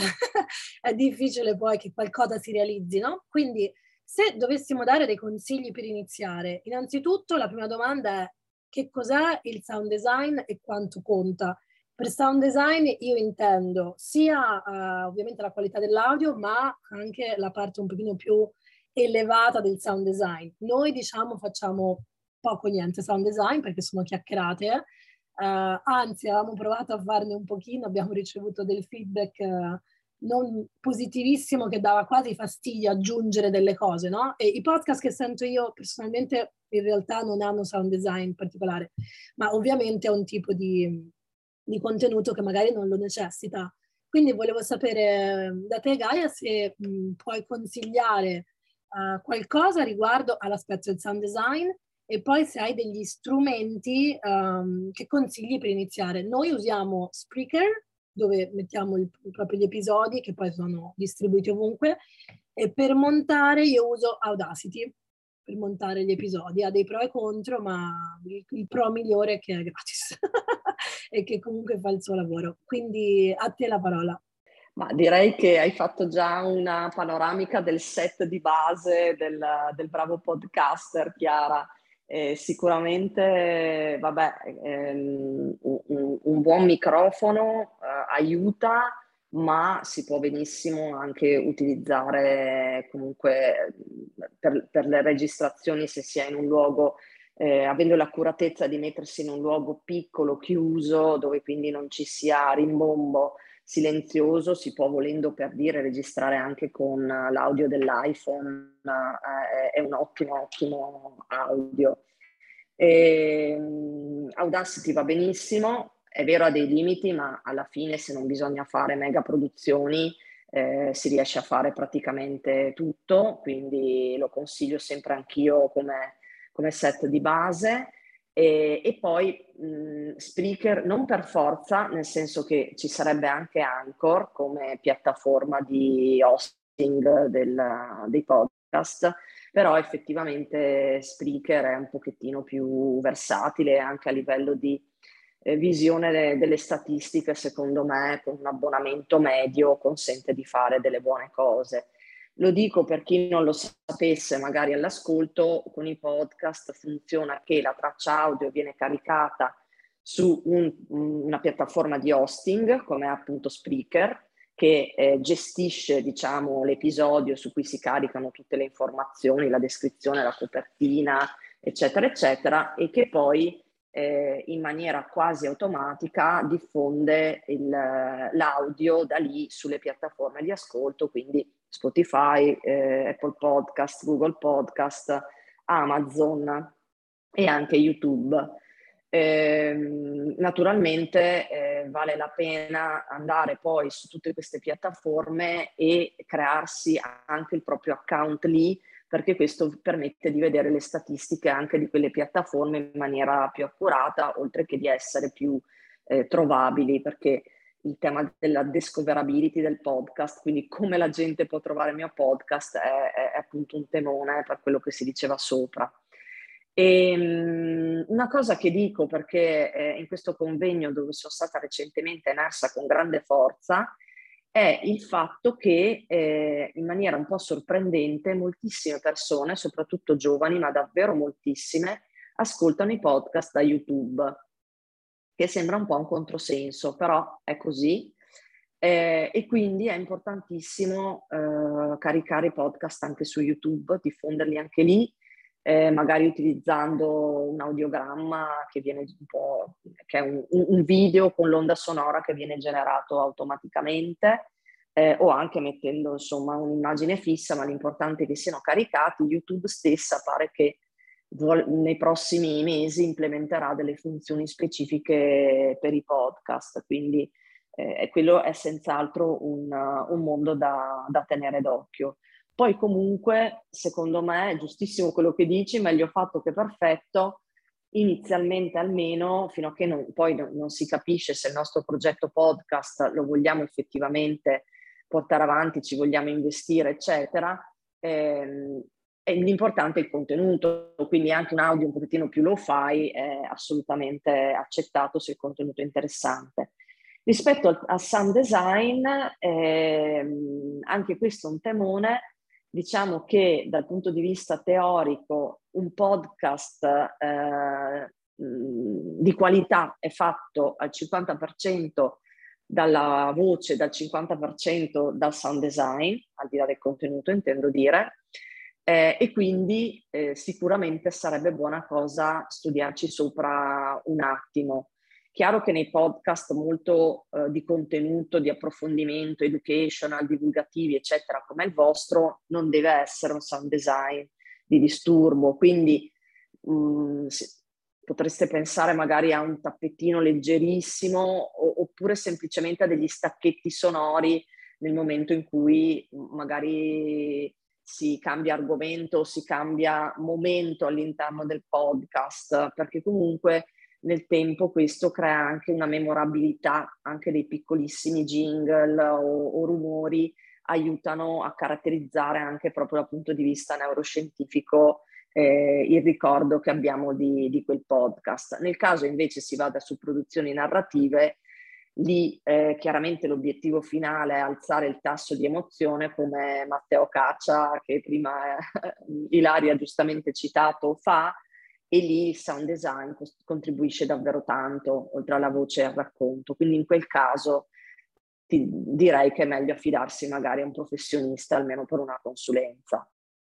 è difficile poi che qualcosa si realizzi, no? Quindi se dovessimo dare dei consigli per iniziare, innanzitutto la prima domanda è: che cos'è il sound design e quanto conta? Per sound design io intendo sia eh, ovviamente la qualità dell'audio, ma anche la parte un pochino più elevata del sound design. Noi diciamo facciamo poco niente sound design perché sono chiacchierate, uh, anzi avevamo provato a farne un pochino, abbiamo ricevuto del feedback uh, non positivissimo che dava quasi fastidio aggiungere delle cose, no? E i podcast che sento io personalmente in realtà non hanno sound design particolare, ma ovviamente è un tipo di, di contenuto che magari non lo necessita. Quindi volevo sapere da te, Gaia, se mh, puoi consigliare Uh, qualcosa riguardo all'aspetto del sound design e poi se hai degli strumenti um, che consigli per iniziare. Noi usiamo Spreaker, dove mettiamo il, proprio gli episodi che poi sono distribuiti ovunque, e per montare io uso Audacity per montare gli episodi. Ha dei pro e contro, ma il, il pro migliore è che è gratis e che comunque fa il suo lavoro. Quindi a te la parola. Ma direi che hai fatto già una panoramica del set di base del, del bravo podcaster, Chiara. Eh, sicuramente, vabbè, ehm, un, un buon microfono eh, aiuta, ma si può benissimo anche utilizzare comunque per, per le registrazioni, se si è in un luogo, eh, avendo l'accuratezza di mettersi in un luogo piccolo, chiuso, dove quindi non ci sia rimbombo, silenzioso, si può, volendo per dire, registrare anche con l'audio dell'iPhone, eh, è un ottimo, ottimo audio. E, um, Audacity va benissimo, è vero ha dei limiti, ma alla fine se non bisogna fare mega produzioni eh, si riesce a fare praticamente tutto, quindi lo consiglio sempre anch'io come, come set di base. E, e poi mh, Spreaker non per forza, nel senso che ci sarebbe anche Anchor come piattaforma di hosting del, dei podcast, però effettivamente Spreaker è un pochettino più versatile anche a livello di eh, visione de, delle statistiche. Secondo me con un abbonamento medio consente di fare delle buone cose. Lo dico per chi non lo sapesse magari all'ascolto, con i podcast funziona che la traccia audio viene caricata su un, una piattaforma di hosting come appunto Spreaker, che eh, gestisce, diciamo, l'episodio, su cui si caricano tutte le informazioni, la descrizione, la copertina, eccetera, eccetera, e che poi eh, in maniera quasi automatica diffonde il, l'audio da lì sulle piattaforme di ascolto, quindi Spotify, eh, Apple Podcast, Google Podcast, Amazon e anche YouTube. Eh, naturalmente eh, vale la pena andare poi su tutte queste piattaforme e crearsi anche il proprio account lì, perché questo permette di vedere le statistiche anche di quelle piattaforme in maniera più accurata, oltre che di essere più eh, trovabili, perché il tema della discoverability del podcast, quindi come la gente può trovare il mio podcast, è, è, è appunto un temone per quello che si diceva sopra. E, um, una cosa che dico, perché eh, in questo convegno dove sono stata recentemente emersa con grande forza, è il fatto che eh, in maniera un po' sorprendente moltissime persone, soprattutto giovani, ma davvero moltissime, ascoltano i podcast da YouTube, che sembra un po' un controsenso, però è così. Eh, e quindi è importantissimo eh, caricare i podcast anche su YouTube, diffonderli anche lì, eh, magari utilizzando un audiogramma che viene un po', che è un, un video con l'onda sonora che viene generato automaticamente, eh, o anche mettendo insomma un'immagine fissa, ma l'importante è che siano caricati. YouTube stessa pare che nei prossimi mesi implementerà delle funzioni specifiche per i podcast, quindi eh, quello è senz'altro un, un mondo da, da tenere d'occhio. Poi comunque, secondo me, è giustissimo quello che dici, meglio fatto che perfetto, inizialmente almeno, fino a che non, poi non, non si capisce se il nostro progetto podcast lo vogliamo effettivamente portare avanti, ci vogliamo investire, eccetera. Ehm, e l'importante è il contenuto, quindi anche un audio un pochettino più lo-fi è assolutamente accettato se il contenuto è interessante. Rispetto al, al sound design, ehm, anche questo è un temone. Diciamo che dal punto di vista teorico un podcast eh, di qualità è fatto al cinquanta per cento dalla voce, dal cinquanta per cento dal sound design, al di là del contenuto intendo dire, eh, e quindi eh, sicuramente sarebbe buona cosa studiarci sopra un attimo. Chiaro che nei podcast molto eh, di contenuto, di approfondimento, educational, divulgativi, eccetera, come il vostro, non deve essere un sound design di disturbo, quindi mh, potreste pensare magari a un tappettino leggerissimo o, oppure semplicemente a degli stacchetti sonori nel momento in cui magari si cambia argomento o si cambia momento all'interno del podcast, perché comunque nel tempo questo crea anche una memorabilità, anche dei piccolissimi jingle o, o rumori aiutano a caratterizzare anche proprio dal punto di vista neuroscientifico eh, il ricordo che abbiamo di, di quel podcast. Nel caso invece si vada su produzioni narrative, lì eh, chiaramente l'obiettivo finale è alzare il tasso di emozione, come Matteo Caccia, che prima eh, Ilaria ha giustamente citato, fa, e lì il sound design contribuisce davvero tanto, oltre alla voce e al racconto. Quindi in quel caso ti direi che è meglio affidarsi magari a un professionista, almeno per una consulenza.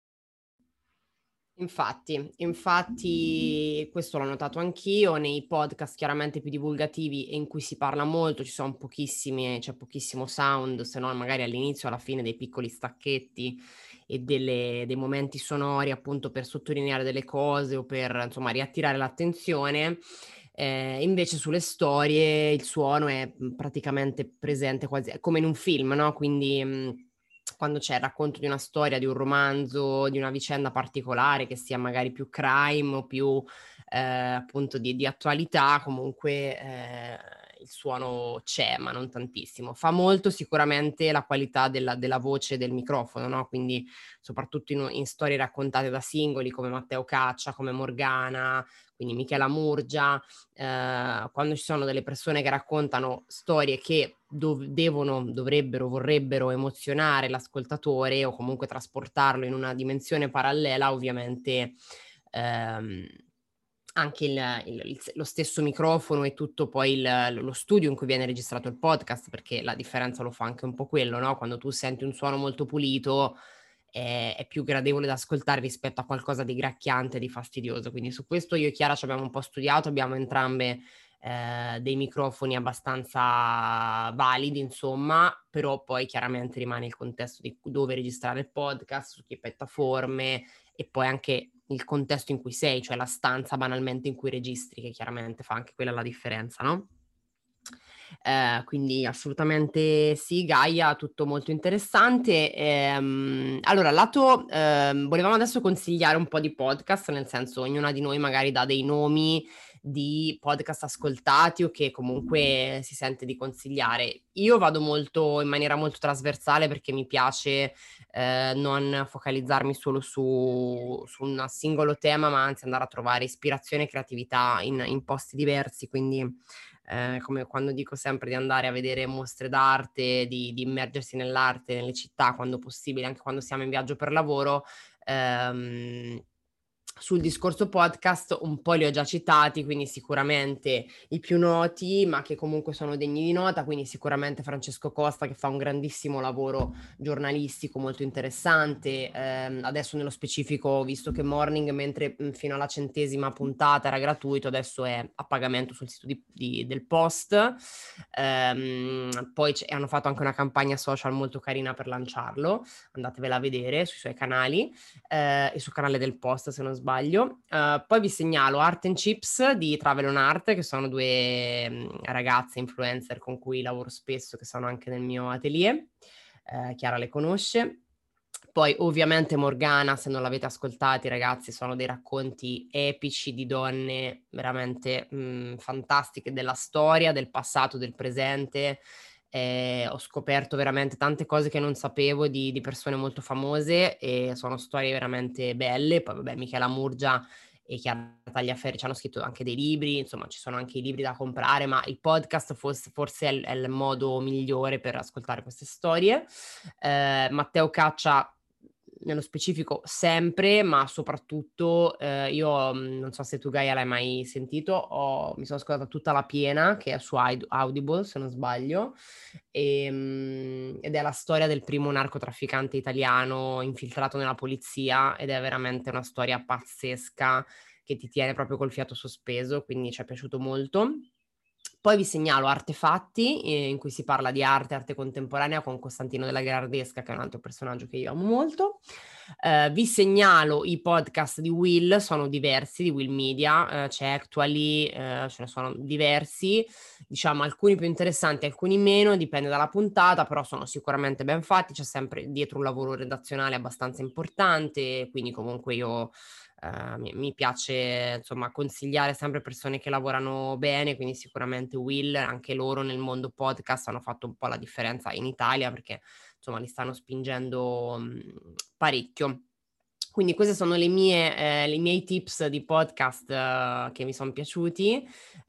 Infatti, infatti questo l'ho notato anch'io, nei podcast chiaramente più divulgativi e in cui si parla molto, ci sono pochissimi, c'è pochissimo sound, se no magari all'inizio o alla fine dei piccoli stacchetti e delle, dei momenti sonori appunto per sottolineare delle cose o per insomma riattirare l'attenzione. Eh, invece sulle storie il suono è praticamente presente quasi come in un film, no? Quindi mh, quando c'è il racconto di una storia, di un romanzo, di una vicenda particolare, che sia magari più crime o più eh, appunto di, di attualità, comunque eh, il suono c'è, ma non tantissimo. Fa molto sicuramente la qualità della, della voce del microfono, no? Quindi soprattutto in, in storie raccontate da singoli come Matteo Caccia, come Morgana, quindi Michela Murgia, eh, quando ci sono delle persone che raccontano storie che dov- devono, dovrebbero, vorrebbero emozionare l'ascoltatore o comunque trasportarlo in una dimensione parallela, ovviamente ehm, anche il, il, il, lo stesso microfono e tutto poi il, lo studio in cui viene registrato il podcast, perché la differenza lo fa anche un po' quello, no? Quando tu senti un suono molto pulito è, è più gradevole da ascoltare rispetto a qualcosa di gracchiante, di fastidioso. Quindi su questo io e Chiara ci abbiamo un po' studiato, abbiamo entrambe eh, dei microfoni abbastanza validi, insomma, però poi chiaramente rimane il contesto di dove registrare il podcast, su che piattaforme e poi anche il contesto in cui sei, cioè la stanza banalmente in cui registri, che chiaramente fa anche quella la differenza, no? Eh, quindi assolutamente sì, Gaia, tutto molto interessante. Ehm, allora, lato, ehm, volevamo adesso consigliare un po' di podcast, nel senso ognuna di noi magari dà dei nomi di podcast ascoltati o che comunque si sente di consigliare. Io vado molto in maniera molto trasversale perché mi piace eh, non focalizzarmi solo su, su un singolo tema, ma anzi andare a trovare ispirazione e creatività in, in posti diversi, quindi eh, come quando dico sempre di andare a vedere mostre d'arte, di, di immergersi nell'arte, nelle città quando possibile, anche quando siamo in viaggio per lavoro. ehm, Sul discorso podcast un po' li ho già citati, quindi sicuramente i più noti, ma che comunque sono degni di nota, quindi sicuramente Francesco Costa che fa un grandissimo lavoro giornalistico molto interessante. Ehm, adesso nello specifico, visto che Morning, mentre mh, fino alla centesima puntata era gratuito, adesso è a pagamento sul sito di, di, del Post. Ehm, poi c- hanno fatto anche una campagna social molto carina per lanciarlo, andatevela a vedere sui suoi canali eh, e sul canale del Post se non sbaglio. Eh, poi vi segnalo Art and Chips di Travel on Art, che sono due mh, ragazze influencer con cui lavoro spesso, che sono anche nel mio atelier. Eh, Chiara le conosce. Poi ovviamente Morgana, se non l'avete ascoltati ragazzi, sono dei racconti epici di donne veramente mh, fantastiche della storia, del passato, del presente. Eh, ho scoperto veramente tante cose che non sapevo di, di persone molto famose e sono storie veramente belle. Poi vabbè, Michela Murgia e Chiara Tagliaferri ci hanno scritto anche dei libri, insomma ci sono anche i libri da comprare, ma il podcast forse, forse è, il, è il modo migliore per ascoltare queste storie. Eh, Matteo Caccia nello specifico sempre, ma soprattutto eh, io mh, non so se tu Gaia l'hai mai sentito, ho, mi sono ascoltata tutta la piena che è su Audible se non sbaglio, e, mh, ed è la storia del primo narcotrafficante italiano infiltrato nella polizia ed è veramente una storia pazzesca che ti tiene proprio col fiato sospeso, quindi ci è piaciuto molto. Poi vi segnalo Artefatti, eh, in cui si parla di arte, arte contemporanea con Costantino della Gherardesca, che è un altro personaggio che io amo molto. Eh, vi segnalo i podcast di Will, sono diversi, di Will Media, eh, c'è Actually, eh, ce ne sono diversi, diciamo alcuni più interessanti, alcuni meno, dipende dalla puntata, però sono sicuramente ben fatti, c'è sempre dietro un lavoro redazionale abbastanza importante, quindi comunque io Uh, mi, mi piace insomma consigliare sempre persone che lavorano bene, quindi sicuramente Will, anche loro nel mondo podcast hanno fatto un po' la differenza in Italia perché insomma li stanno spingendo mh, parecchio. Quindi queste sono le mie, eh, i miei tips di podcast uh, che mi sono piaciuti.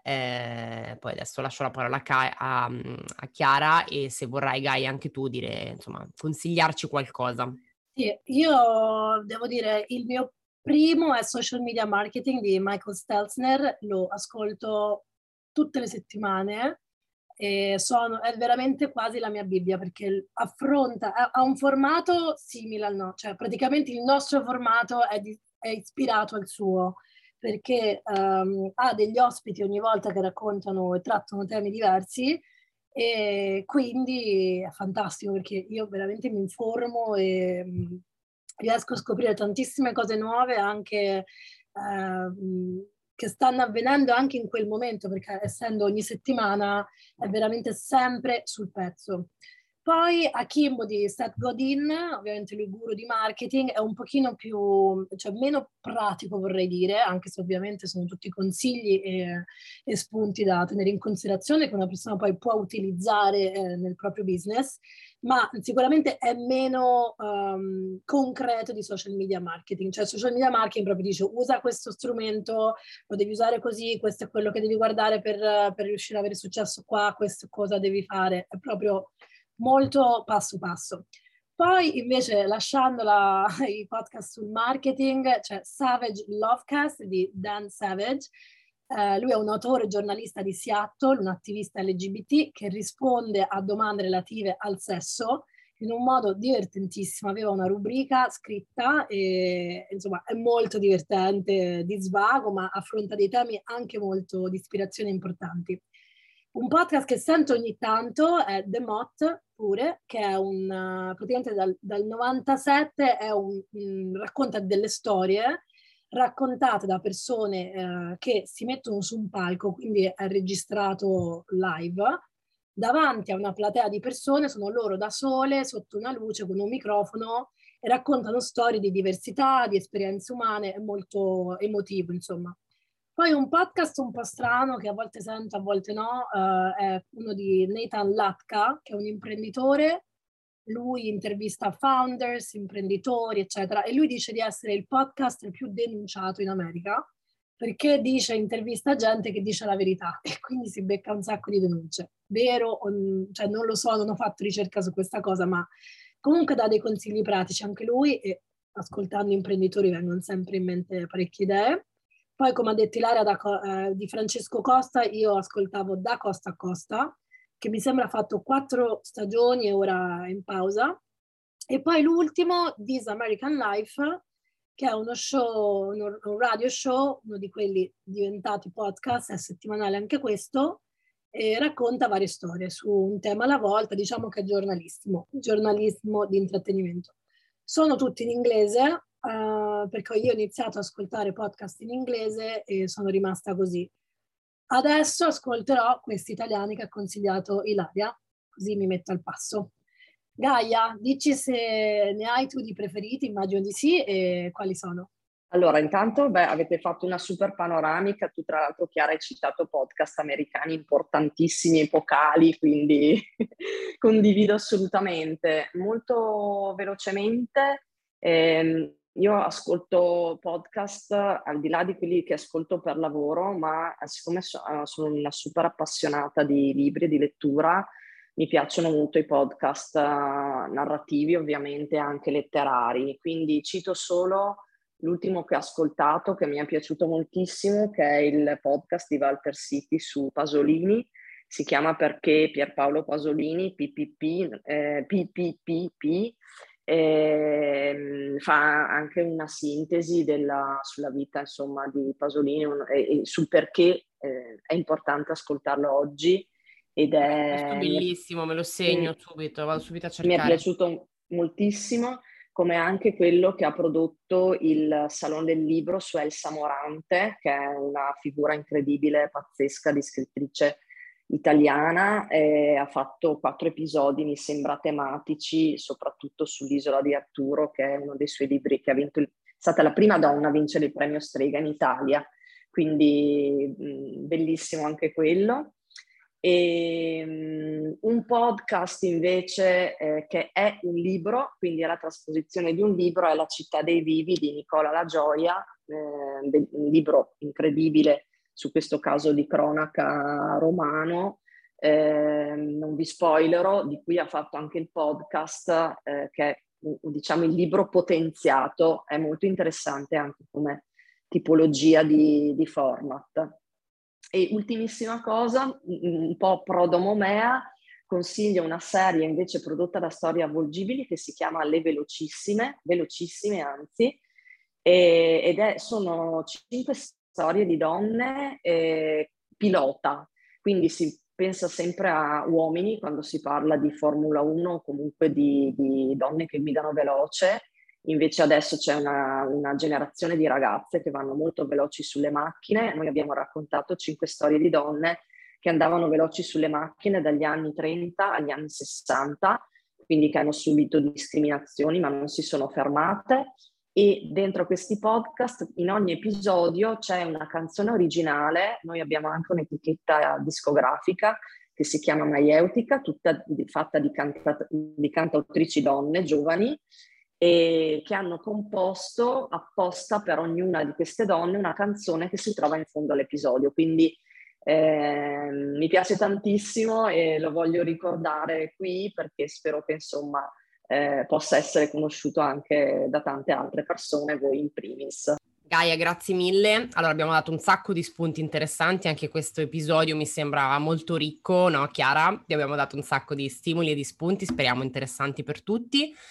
Eh, poi adesso lascio la parola a, Ca- a, a Chiara e se vorrai Gaia anche tu dire, insomma, consigliarci qualcosa. Sì, io devo dire il mio primo è Social Media Marketing di Michael Stelzner, lo ascolto tutte le settimane e sono, è veramente quasi la mia Bibbia perché affronta, ha, ha un formato simile al nostro, cioè praticamente il nostro formato è, di, è ispirato al suo perché um, ha degli ospiti ogni volta che raccontano e trattano temi diversi e quindi è fantastico perché io veramente mi informo e mh, riesco a scoprire tantissime cose nuove anche eh, che stanno avvenendo anche in quel momento perché essendo ogni settimana è veramente sempre sul pezzo. Poi Akimbo di Seth Godin, ovviamente lui guru di marketing, è un pochino più, cioè meno pratico vorrei dire, anche se ovviamente sono tutti consigli e, e spunti da tenere in considerazione che una persona poi può utilizzare eh, nel proprio business, ma sicuramente è meno um, concreto di social media marketing. Cioè social media marketing proprio dice usa questo strumento, lo devi usare così, questo è quello che devi guardare per, per riuscire ad avere successo qua, questo cosa devi fare, è proprio molto passo passo. Poi invece lasciando la, i podcast sul marketing c'è Savage Lovecast di Dan Savage. Eh, lui è un autore e giornalista di Seattle, un attivista L G B T che risponde a domande relative al sesso in un modo divertentissimo. Aveva una rubrica scritta e insomma è molto divertente, di svago, ma affronta dei temi anche molto di ispirazione importanti. Un podcast che sento ogni tanto è The Moth, pure, che è un, praticamente dal, dal novantasette, è un, un, racconta delle storie raccontate da persone eh, che si mettono su un palco, quindi è registrato live, davanti a una platea di persone, sono loro da sole, sotto una luce, con un microfono, e raccontano storie di diversità, di esperienze umane, è molto emotivo, insomma. Poi un podcast un po' strano, che a volte sento, a volte no, eh, è uno di Nathan Latka, che è un imprenditore. Lui intervista founders, imprenditori, eccetera, e lui dice di essere il podcast il più denunciato in America, perché dice, intervista gente che dice la verità e quindi si becca un sacco di denunce. Vero? O, cioè non lo so, non ho fatto ricerca su questa cosa, ma comunque dà dei consigli pratici anche lui, e ascoltando imprenditori vengono sempre in mente parecchie idee. Poi, come ha detto Ilaria, da, eh, di Francesco Costa, io ascoltavo Da Costa a Costa, che mi sembra ha fatto quattro stagioni e ora è in pausa. E poi l'ultimo, This American Life, che è uno show, un radio show, uno di quelli diventati podcast, è settimanale anche questo, e racconta varie storie su un tema alla volta, diciamo che è giornalismo, giornalismo di intrattenimento. Sono tutti in inglese, uh, perché io ho iniziato ad ascoltare podcast in inglese e sono rimasta così. Adesso ascolterò questi italiani che ha consigliato Ilaria, così mi metto al passo. Gaia, dici se ne hai tu di preferiti, immagino di sì, e quali sono? Allora, intanto, beh, avete fatto una super panoramica, tu tra l'altro Chiara hai citato podcast americani importantissimi, epocali, quindi condivido assolutamente. Molto velocemente, ehm, io ascolto podcast al di là di quelli che ascolto per lavoro, ma siccome so, sono una super appassionata di libri e di lettura, mi piacciono molto i podcast uh, narrativi, ovviamente anche letterari, quindi cito solo l'ultimo che ho ascoltato, che mi è piaciuto moltissimo, che è il podcast di Walter City su Pasolini. Si chiama Perché Pierpaolo Pasolini, P P P, eh, P P P P, eh, fa anche una sintesi della, sulla vita, insomma, di Pasolini un, e, e sul perché eh, è importante ascoltarlo oggi. Ed Beh, questo è è, bellissimo, me lo segno subito, vado subito a mi è cercare. piaciuto moltissimo, come anche quello che ha prodotto il Salone del Libro su Elsa Morante, che è una figura incredibile, pazzesca di scrittrice italiana. E ha fatto quattro episodi, mi sembra, tematici, soprattutto sull'Isola di Arturo, che è uno dei suoi libri che ha vinto, il, è stata la prima donna a vincere il premio Strega in Italia, quindi mh, bellissimo anche quello. E um, un podcast invece eh, che è un libro, quindi è la trasposizione di un libro, è La città dei vivi di Nicola La Gioia, eh, del, un libro incredibile, su questo caso di cronaca romano, eh, non vi spoilerò, di cui ha fatto anche il podcast, eh, che è, diciamo, il libro potenziato, è molto interessante anche come tipologia di, di format. E ultimissima cosa, un po' pro domomea, consiglio una serie invece prodotta da Storie Avvolgibili che si chiama Le Velocissime, Velocissime anzi, e, ed è, sono cinque storie di donne eh, pilota, quindi si pensa sempre a uomini quando si parla di Formula uno o comunque di, di donne che guidano veloce. Invece adesso c'è una, una generazione di ragazze che vanno molto veloci sulle macchine. Noi abbiamo raccontato cinque storie di donne che andavano veloci sulle macchine dagli anni trenta agli anni sessanta, quindi che hanno subito discriminazioni ma non si sono fermate. E dentro questi podcast, in ogni episodio c'è una canzone originale. Noi abbiamo anche un'etichetta discografica che si chiama Maieutica, tutta fatta di, canta- di cantautrici donne giovani, e che hanno composto apposta per ognuna di queste donne una canzone che si trova in fondo all'episodio. Quindi eh, mi piace tantissimo e lo voglio ricordare qui perché spero che insomma eh, possa essere conosciuto anche da tante altre persone, voi in primis. Gaia, grazie mille. Allora, abbiamo dato un sacco di spunti interessanti, anche questo episodio mi sembra molto ricco, no Chiara? Vi abbiamo dato un sacco di stimoli e di spunti, speriamo interessanti per tutti.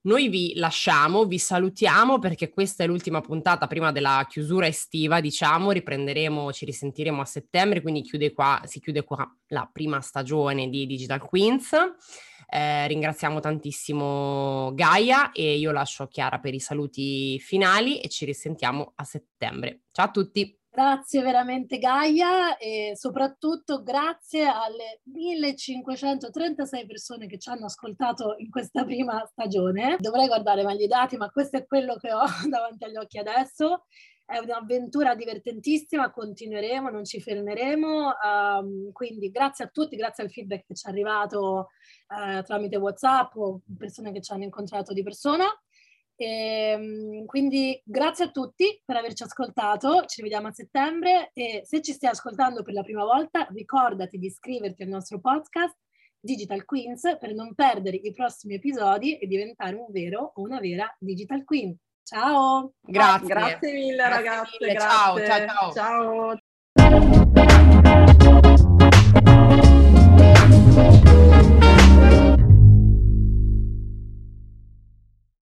Noi vi lasciamo, vi salutiamo perché questa è l'ultima puntata prima della chiusura estiva, diciamo, riprenderemo, ci risentiremo a settembre, quindi chiude qua, si chiude qua la prima stagione di Digital Queens. Eh, ringraziamo tantissimo Gaia e io lascio Chiara per i saluti finali e ci risentiamo a settembre. Ciao a tutti! Grazie veramente Gaia e soprattutto grazie alle millecinquecentotrentasei persone che ci hanno ascoltato in questa prima stagione. Dovrei guardare meglio i dati, ma questo è quello che ho davanti agli occhi adesso. È un'avventura divertentissima, continueremo, non ci fermeremo, um, quindi grazie a tutti, grazie al feedback che ci è arrivato uh, tramite WhatsApp o persone che ci hanno incontrato di persona. E, quindi grazie a tutti per averci ascoltato, ci vediamo a settembre e se ci stai ascoltando per la prima volta ricordati di iscriverti al nostro podcast Digital Queens per non perdere i prossimi episodi e diventare un vero o una vera Digital Queen. Ciao! Grazie, grazie mille grazie ragazze, mille. grazie. Ciao, ciao, ciao. Ciao.